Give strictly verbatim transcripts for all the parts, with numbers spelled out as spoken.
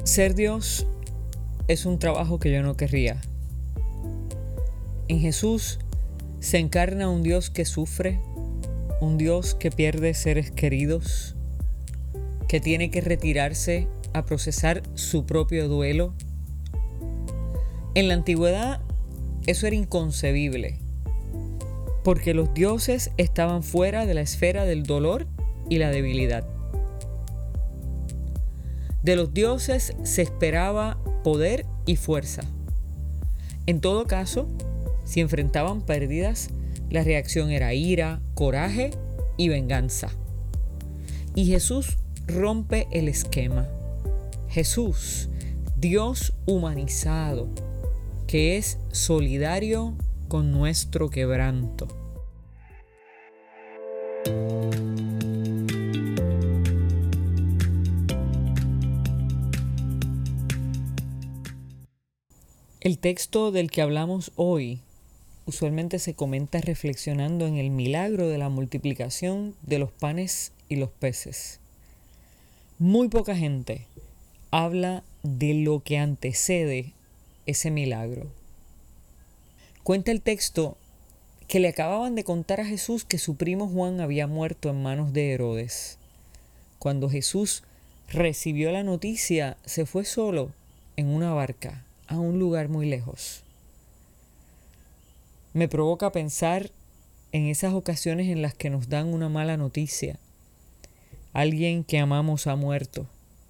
Ser Dios es un trabajo que yo no querría. En Jesús se encarna un Dios que sufre, un Dios que pierde seres queridos, que tiene que retirarse a procesar su propio duelo. En la antigüedad eso era inconcebible, porque los dioses estaban fuera de la esfera del dolor y la debilidad. De los dioses se esperaba poder y fuerza. En todo caso, si enfrentaban pérdidas, la reacción era ira, coraje y venganza. Y Jesús rompe el esquema. Jesús, Dios humanizado, que es solidario con nuestro quebranto. El texto del que hablamos hoy usualmente se comenta reflexionando en el milagro de la multiplicación de los panes y los peces. Muy poca gente habla de lo que antecede ese milagro. Cuenta el texto que le acababan de contar a Jesús que su primo Juan había muerto en manos de Herodes. Cuando Jesús recibió la noticia, se fue solo en una barca a un lugar muy lejos. Me provoca pensar en esas ocasiones en las que nos dan una mala noticia. Alguien que amamos ha muerto.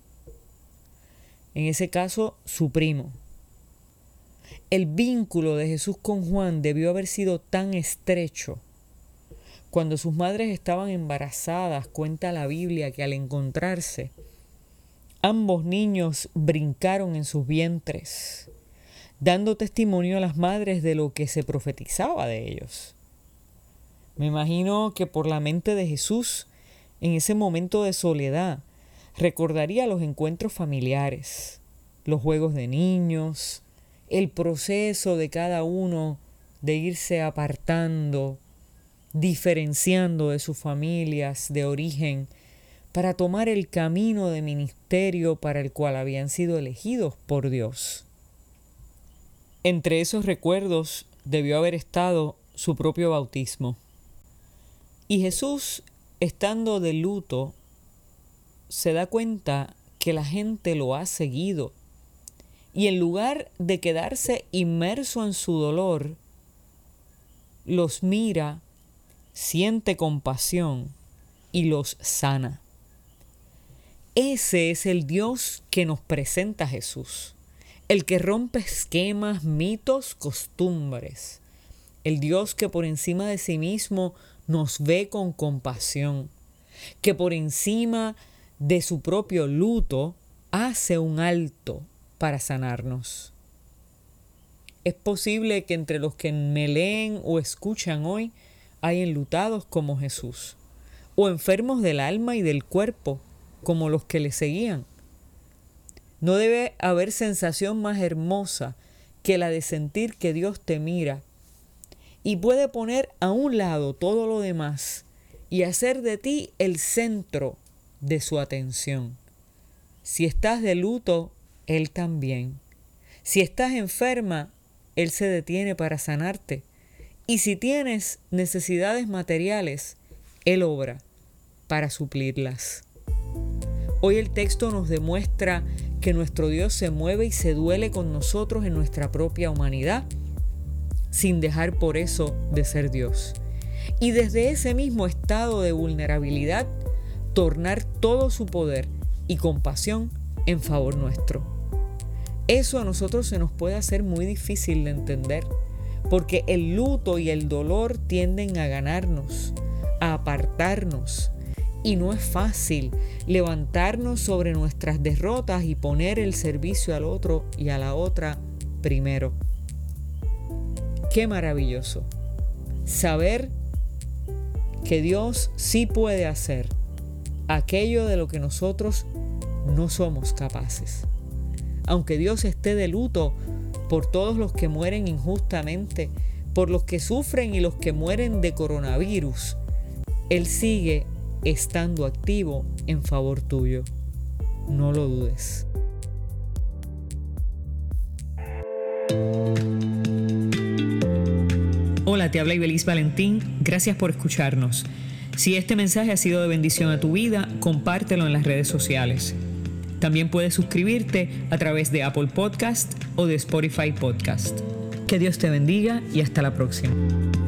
En ese caso, su primo. El vínculo de Jesús con Juan debió haber sido tan estrecho. Cuando sus madres estaban embarazadas, cuenta la Biblia que al encontrarse, ambos niños brincaron en sus vientres, dando testimonio a las madres de lo que se profetizaba de ellos. Me imagino que por la mente de Jesús, en ese momento de soledad, recordaría los encuentros familiares, los juegos de niños, el proceso de cada uno de irse apartando, diferenciando de sus familias de origen, para tomar el camino de ministerio para el cual habían sido elegidos por Dios. Entre esos recuerdos debió haber estado su propio bautismo. Y Jesús, estando de luto, se da cuenta que la gente lo ha seguido. Y en lugar de quedarse inmerso en su dolor, los mira, siente compasión y los sana. Ese es el Dios que nos presenta Jesús, el que rompe esquemas, mitos, costumbres, el Dios que por encima de sí mismo nos ve con compasión, que por encima de su propio luto hace un alto para sanarnos. Es posible que entre los que me leen o escuchan hoy hay enlutados como Jesús, o enfermos del alma y del cuerpo, como los que le seguían. No debe haber sensación más hermosa que la de sentir que Dios te mira y puede poner a un lado todo lo demás y hacer de ti el centro de su atención. Si estás de luto, Él también. Si estás enferma, Él se detiene para sanarte. Y si tienes necesidades materiales, Él obra para suplirlas. Hoy el texto nos demuestra que nuestro Dios se mueve y se duele con nosotros en nuestra propia humanidad, sin dejar por eso de ser Dios. Y desde ese mismo estado de vulnerabilidad, tornar todo su poder y compasión en favor nuestro. Eso a nosotros se nos puede hacer muy difícil de entender, porque el luto y el dolor tienden a ganarnos, a apartarnos. Y no es fácil levantarnos sobre nuestras derrotas y poner el servicio al otro y a la otra primero. Qué maravilloso saber que Dios sí puede hacer aquello de lo que nosotros no somos capaces. Aunque Dios esté de luto por todos los que mueren injustamente, por los que sufren y los que mueren de coronavirus, Él sigue estando activo en favor tuyo. No lo dudes. Hola, te habla Ibeliz Valentín. Gracias por escucharnos. Si este mensaje ha sido de bendición a tu vida, compártelo en las redes sociales. También puedes suscribirte a través de Apple Podcast o de Spotify Podcast. Que Dios te bendiga y hasta la próxima.